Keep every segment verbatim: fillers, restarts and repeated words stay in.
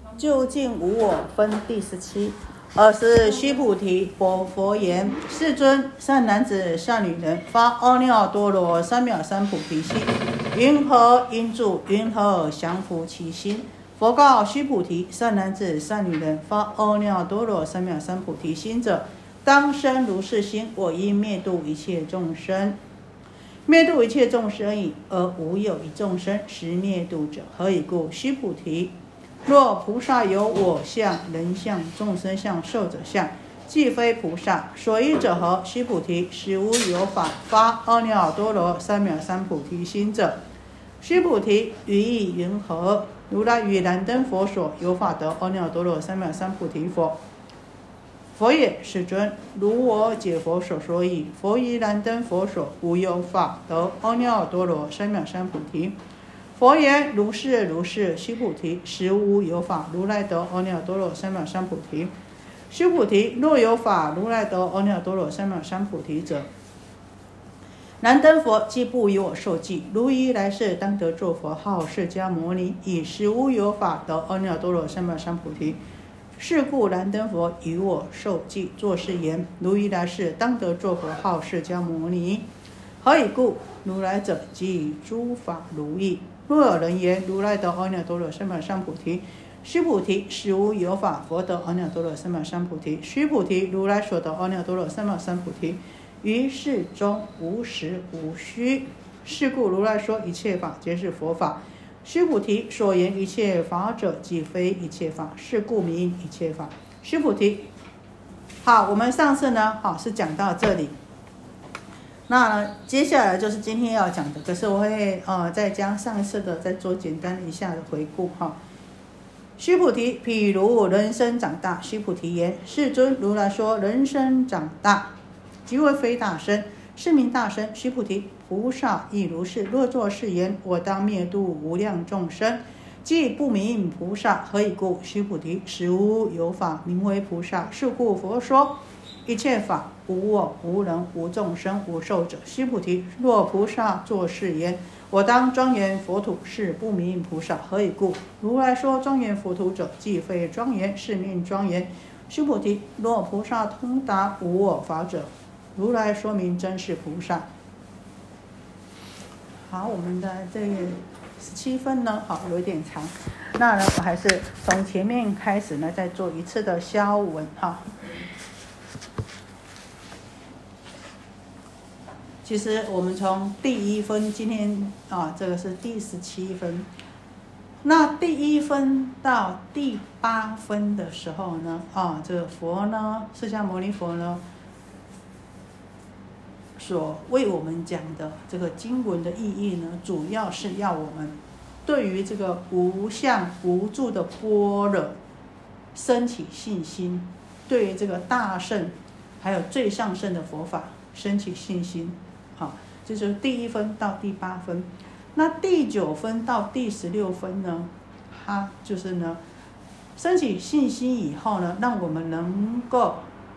究竟无我分第十七。尔时须菩提，佛佛言：世尊，善男子、善女人发阿耨多罗三藐三菩提心，云何应住？云何降伏其心？佛告须菩提：善男子、善女人发阿耨多罗三藐三菩提心者，当生如是心：我应灭度一切众生。灭度一切众生已，而无有一众生实灭度者。何以故？须菩提，若菩萨有我相、人相、众生相、寿者相，既非菩萨，所依者何？须菩提，实无有法发阿耨多罗三藐三菩提心者。须菩提，于意云何？如来于燃灯佛所有法得阿耨多罗三藐三菩提否？佛也，世尊，如我解佛所说矣。佛于燃灯佛所无有法得阿耨多罗三藐三菩提。佛言：如是如是，须菩提，实无有法如来得阿耨多罗三藐三菩提。须菩提，若有法如来得阿耨多罗三藐三菩提者，燃灯佛既不以我受记，如于来世当得作佛，号释迦牟尼，以实无有法得阿耨多罗三藐三菩提。是故燃灯佛以我受记，作是言：如于来世当得作佛，号释迦牟尼。何以故？如来者即以诸法如意。若有人言：如来得阿耨多罗三藐三菩提，须菩提，实无有法佛得阿耨多罗三藐三菩提。须菩提，如来所得阿耨多罗三藐三菩提，于世中无实无虚。是故如来说一切法皆是佛法。须菩提，所言一切法者，即非一切法，是故名一切法。须菩提，好，我们上次呢，好是讲到这里。那接下来就是今天要讲的，可是我会呃再将上一次的再做简单一下的回顾哈。须菩提，譬如人生长大，须菩提言：世尊，如来说人生长大，即为非大身，是名大身。须菩提，菩萨亦如是。若作是言：我当灭度无量众生，即不名菩萨。何以故？须菩提，实无有法名为菩萨。是故佛说一切法无我、无人、无众生、无寿者。须菩提，若菩萨作是言：我当庄严佛土，是不名菩萨。何以故？如来说庄严佛土者，既非庄严，是名庄严。须菩提，若菩萨通达无我法者，如来说明真是菩萨。好，我们的这十七分呢，好有点长，那呢，我还是从前面开始呢，再做一次的消文哈。其实我们从第一分，今天啊，这个是第十七分。那第一分到第八分的时候呢，啊，这个佛呢，释迦牟尼佛呢，所为我们讲的这个经文的意义呢，主要是要我们对于这个无相无住的般若升起信心，对于这个大圣还有最上圣的佛法升起信心。好，这就是第一分到第八分。那第九分到第十六分呢，它就是呢，升起信心以后呢，让我们能够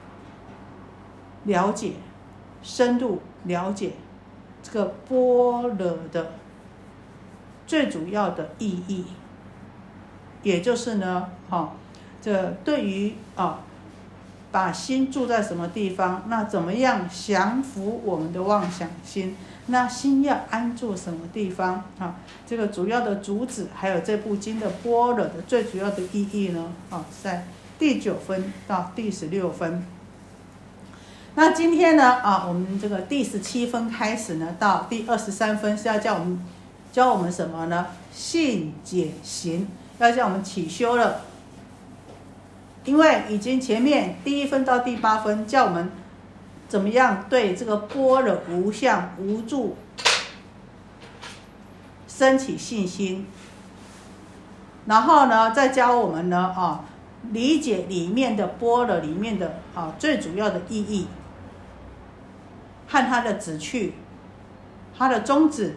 了解、深入了解这个般若的最主要的意义，也就是呢，哈，这对于啊，把心住在什么地方，那怎么样降服我们的妄想心？那心要安住什么地方啊？这个主要的主旨，还有这部经的般若的最主要的意义呢，啊，在第九分到第十六分。那今天呢，啊，我们这个第十七分开始呢，到第二十三分是要教我们教我们什么呢？信解行，要叫我们起修了。因为已经前面第一分到第八分叫我们怎么样对这个般若无相无住升起信心，然后呢再教我们呢啊理解里面的般若里面的啊最主要的意义和它的旨趣、它的宗旨，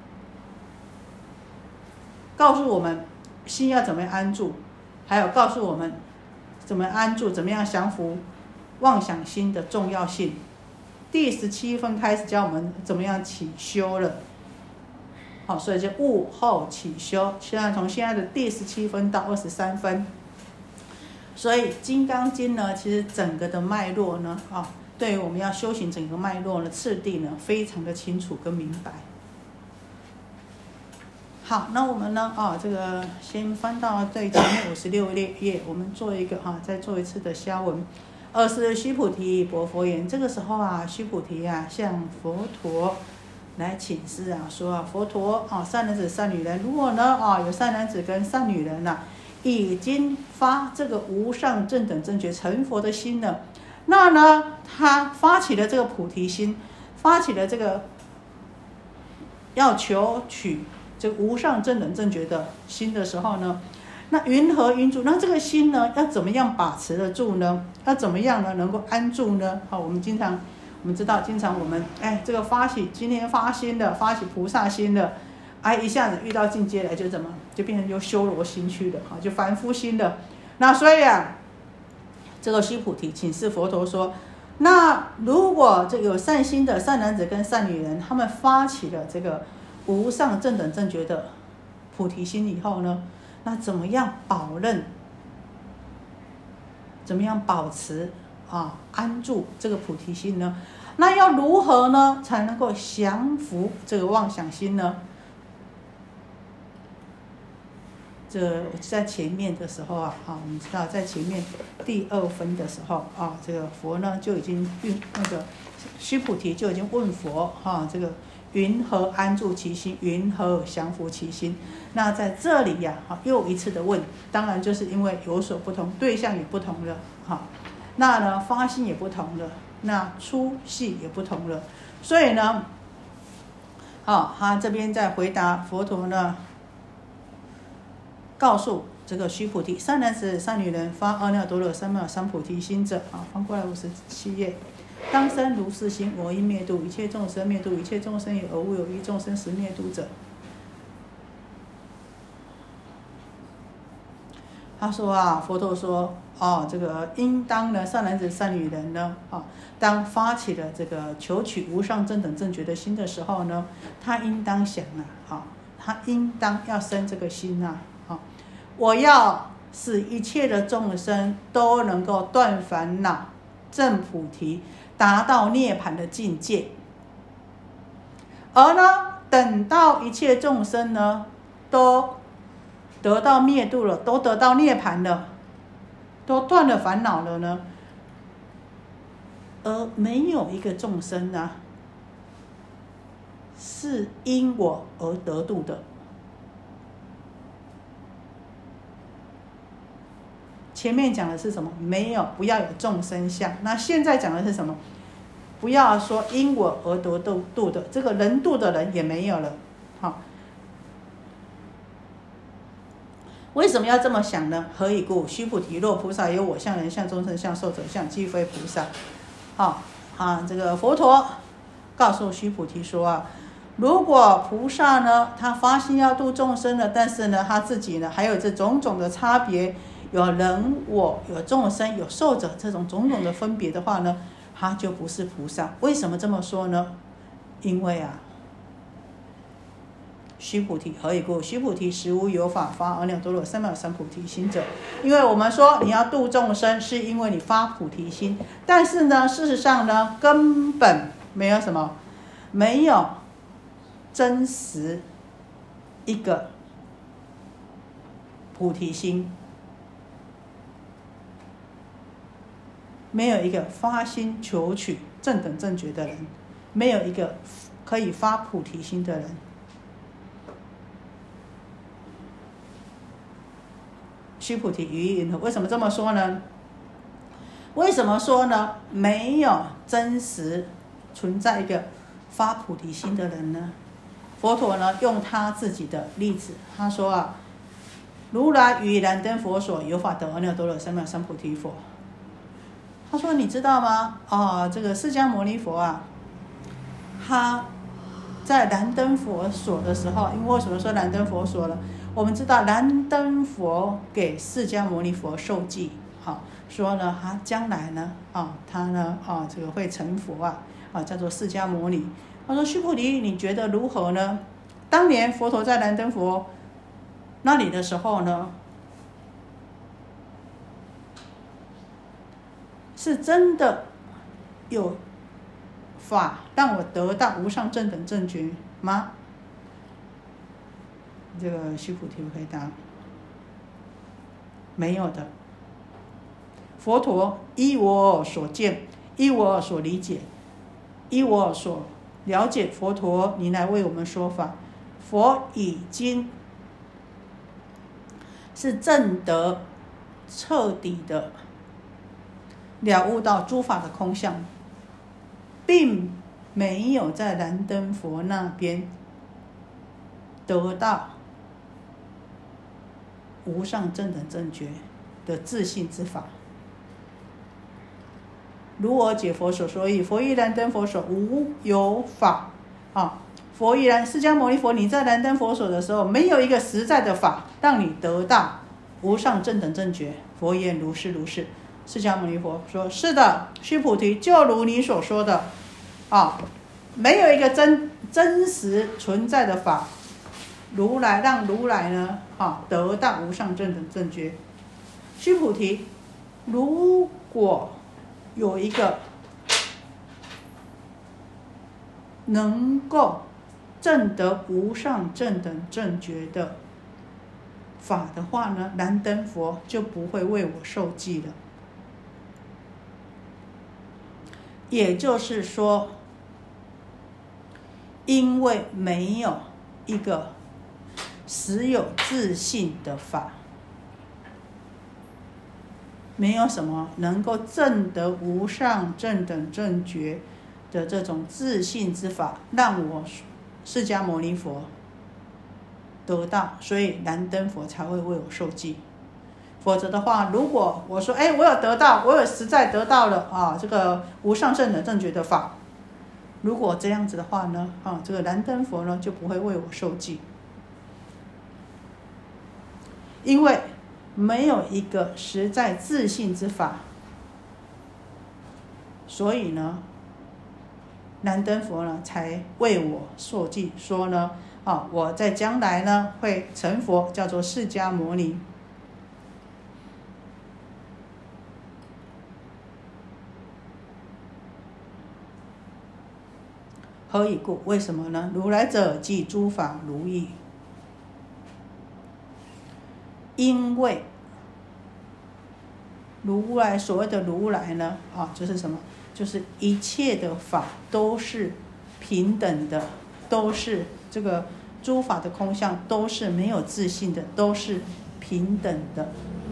告诉我们心要怎么样安住，还有告诉我们怎么安住，怎么样降服妄想心的重要性。第十七分开始教我们怎么样起修了。好，所以就悟后起修。现在从现在的第十七分到二十三分， 所以《金刚经》呢，其实整个的脉络呢，啊，对于我们要修行整个脉络呢，次第呢，非常的清楚跟明白。好，那我们呢，啊，这个先翻到最前面五十六页，我们做一个哈、啊，再做一次的消文。二是须菩提，薄佛言：这个时候啊，须菩提啊，向佛陀来请示啊，说啊，佛陀啊，善男子、善女人，如果呢啊，有善男子跟善女人呐、啊，已经发这个无上正等正觉成佛的心了，那呢，他发起了这个菩提心，发起了这个要求取这个无上正等正觉的心的时候呢，那云何云住？那这个心呢，要怎么样把持得住呢？要怎么样呢，能够安住呢？好，我们经常我们知道，经常我们哎，这个发起今天发心的，发起菩萨心的，哎，一下子遇到境界来就怎么就变成就修罗心去了，好，就凡夫心的。那所以啊，这个须菩提请示佛陀说，那如果这个有善心的善男子跟善女人，他们发起了这个无上正等正觉的菩提心以后呢，那怎么样保任？怎么样保持啊安住这个菩提心呢？那要如何呢才能够降服这个妄想心呢？这在前面的时候啊，啊，我们知道在前面第二分的时候啊，这个佛呢就已经问那个须菩提就已经问佛哈、啊，这个云何安住其心？云何降伏其心？那在这里呀、啊，又一次的问，当然就是因为有所不同，对象也不同了，哈、啊，那呢发心也不同了，那出系也不同了，所以呢，啊，他这边在回答佛陀呢，告诉这个须菩提，善男子、善女人发阿耨多罗三藐三菩提心者，啊，翻过来五十七页。当生如是心，我应灭度一切众生，灭度一切众生也，而无有一众生实灭度者。他说啊，佛陀说，哦，这个应当呢，善男子、善女人呢，啊，当发起了这个求取无上正等正觉的心的时候呢，他应当想啊，啊，他应当要生这个心啊，啊，我要使一切的众生都能够断烦恼、证菩提。达到涅槃的境界，而呢，等到一切众生呢，都得到灭度了，都得到涅槃了，都断了烦恼了呢，而没有一个众生呢，是因我而得度的。前面讲的是什么？没有，不要有众生相。那现在讲的是什么？不要说因我而得度的，这个人度的人也没有了。好，为什么要这么想呢？何以故？须菩提，若菩萨有我相、人相、众生相、寿者相，即非菩萨。好啊，这个佛陀告诉须菩提说啊，如果菩萨呢，他发心要度众生了，但是呢，他自己呢，还有这种种的差别。有人我，有众生，有寿者，这种种种的分别的话呢，他就不是菩萨。为什么这么说呢？因为啊，须菩提，何以故？须菩提，实无有法发阿耨多罗三藐三菩提心者。因为我们说你要度众生，是因为你发菩提心，但是呢，事实上呢，根本没有什么，没有真实一个菩提心。没有一个发心求取正等正觉的人，没有一个可以发菩提心的人。须菩提，于意云何？为什么这么说呢？为什么说呢？没有真实存在一个发菩提心的人呢？佛陀呢，用他自己的例子，他说啊，如来于燃灯佛所，有法得阿耨多罗三藐三菩提佛。他说：“你知道吗？哦，这个释迦牟尼佛啊，他在燃灯佛所的时候，因为为什么说燃灯佛所呢？我们知道燃灯佛给释迦牟尼佛受记，好、哦、说呢，他将来呢，啊、哦，他呢，啊、哦，这个会成佛啊，啊、哦，叫做释迦牟尼。他说：须菩提，你觉得如何呢？当年佛陀在燃灯佛那里的时候呢？” 是真的有法让我得到无上正等正觉吗？这个须菩提回答：没有的。佛陀依我所见，依我所理解，依我所了解，佛陀你来为我们说法。佛已经是证得彻底的了悟到诸法的空相，并没有在燃灯佛那边得到无上正等正觉的自性之法。如我解佛所说义，佛于燃灯佛所无有法啊！佛于燃释迦牟尼佛，你在燃灯佛所的时候，没有一个实在的法让你得到无上正等正觉。佛言如是如是。释迦牟尼佛说：是的，须菩提，就如你所说的啊，没有一个真真实存在的法，如来让如来呢啊得到无上正等正觉。须菩提，如果有一个能够证得无上正等正觉的法的话呢，燃灯佛就不会为我受记了。也就是说，因为没有一个实有自性的法，没有什么能够证得无上正等正觉的这种自性之法，让我释迦牟尼佛得到，所以燃灯佛才会为我受记。否则的话，如果我说，哎，我有得到，我有实在得到了啊，这个无上正等正觉的法，如果这样子的话呢，啊，这个燃灯佛呢就不会为我受记，因为没有一个实在自性之法，所以呢，燃灯佛呢才为我受记，说呢，啊，我在将来呢会成佛，叫做释迦牟尼。何以故？为什么呢？如来者即诸法如意。因为如来所谓的如来呢，啊，就是什么？就是一切的法都是平等的，都是这个诸法的空相，都是没有自性的，都是平等的，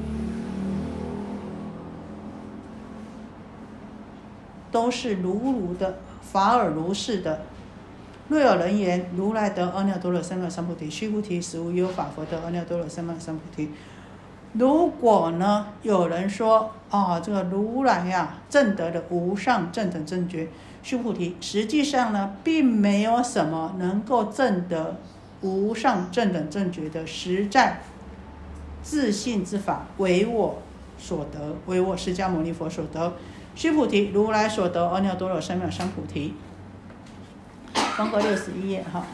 都是如如的，法尔如是的。若有人言如来得阿耨多罗三藐三菩提，须菩提，实无有法佛得阿耨多罗三藐三菩提。如果呢有人说啊，这个如来呀证得了无上正等正觉，须菩提，实际上呢并没有什么能够证得无上正等正觉的实在自性之法为我所得，为我释迦牟尼佛所得。须菩提，如来所得阿耨多罗三藐三菩提。中国六十一页哈。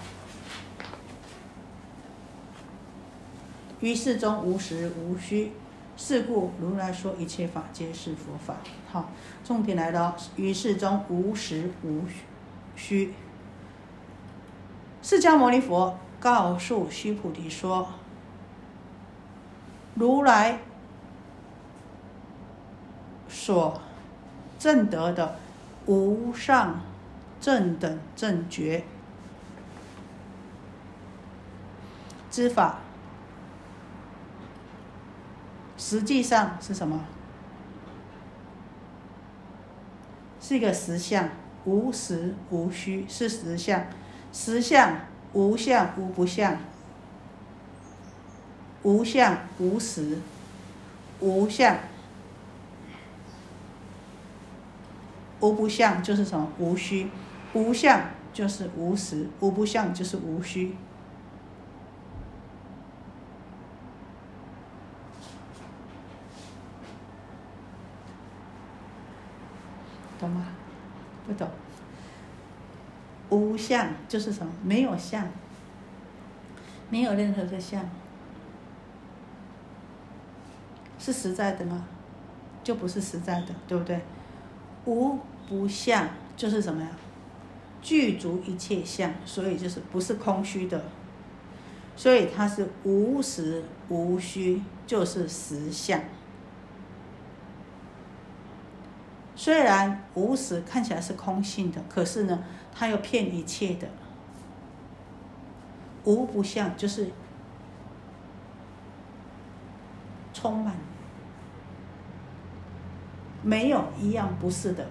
于世中无实无虚，是故如来说一切法皆是佛法。好，重点来了，于世中无实无虚。释迦牟尼佛告诉须菩提说，如来所证得的无上正等正觉之法，实际上是什么？是一个实相，无实无虚，是实相。实相无相无不相，无相无实，无相无不相就是什么？无虚。无相就是无实，无不相就是无虚。懂吗？不懂。无相就是什么？没有相，没有任何的相，是实在的吗？就不是实在的，对不对？ 无不相就是什么呀？具足一切相，所以就是不是空虚的，所以它是无实无虚，就是实相。虽然无实看起来是空性的，可是呢，它又骗一切的。无不相就是充满，没有一样不是的。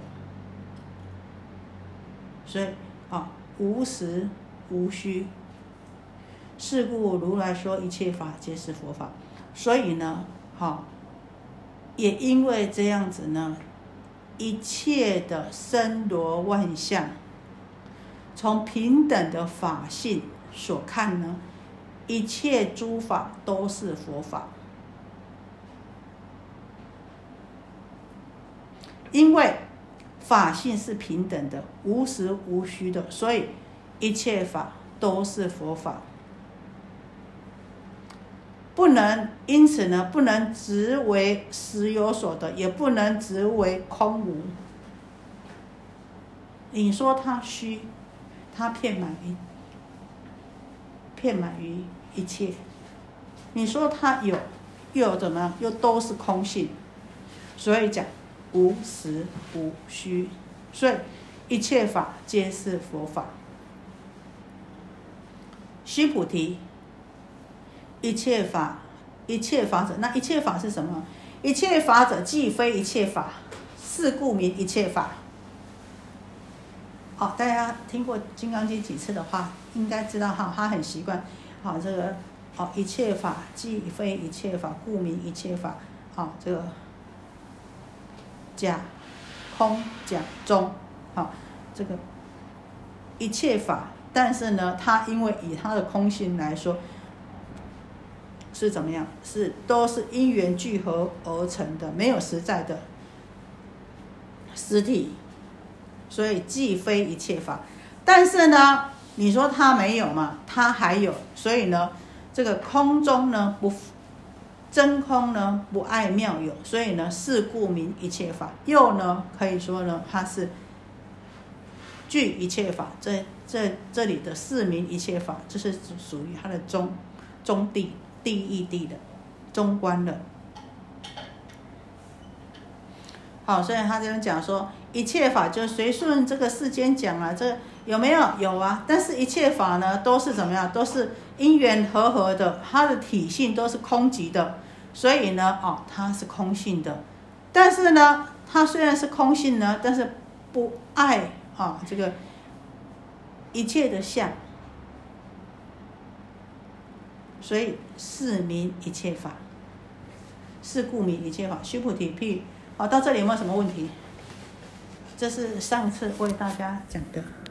所以啊，无实无虚，是故如来说一切法皆是佛法。所以呢，好，也因为这样子呢，一切的森罗万象，从平等的法性所看呢，一切诸法都是佛法。因为法性是平等的，无实无虚的，所以一切法都是佛法。不能，因此呢，不能执为实有所得，也不能执为空无。你说它虚，它遍满于遍满于一切；你说它有，又怎么样？又都是空性。所以讲无实无虚，所以一切法皆是佛法。须菩提，一切法，一切法者，那一切法是什么？一切法者，既非一切法，是故名一切法。哦，大家听过《金刚经》几次的话，应该知道哈，他很习惯。好、哦，这个哦，一切法既非一切法，故名一切法。好、哦，这个假空假中，好、哦，这个一切法，但是呢，它因为以它的空性来说，是怎么样？是都是因缘聚合而成的，没有实在的实体。所以既非一切法，但是呢，你说它没有嘛？它还有，所以呢，这个空中呢不真空呢不爱妙有，所以呢是故名一切法。又呢可以说呢，它是具一切法。这这这里的是名一切法，这是属于它的中中地地义地的中观的。好，所以他这边讲说，一切法就随顺这个世间讲啊，这有没有？有啊。但是一切法呢，都是怎么样？都是因缘和合的，它的体性都是空寂的，所以呢，哦，它是空性的。但是呢，它虽然是空性呢，但是不爱啊这个一切的相，所以是名一切法，是故名一切法。须菩提，譬好，到这里有没有什么问题？这是上次为大家讲的。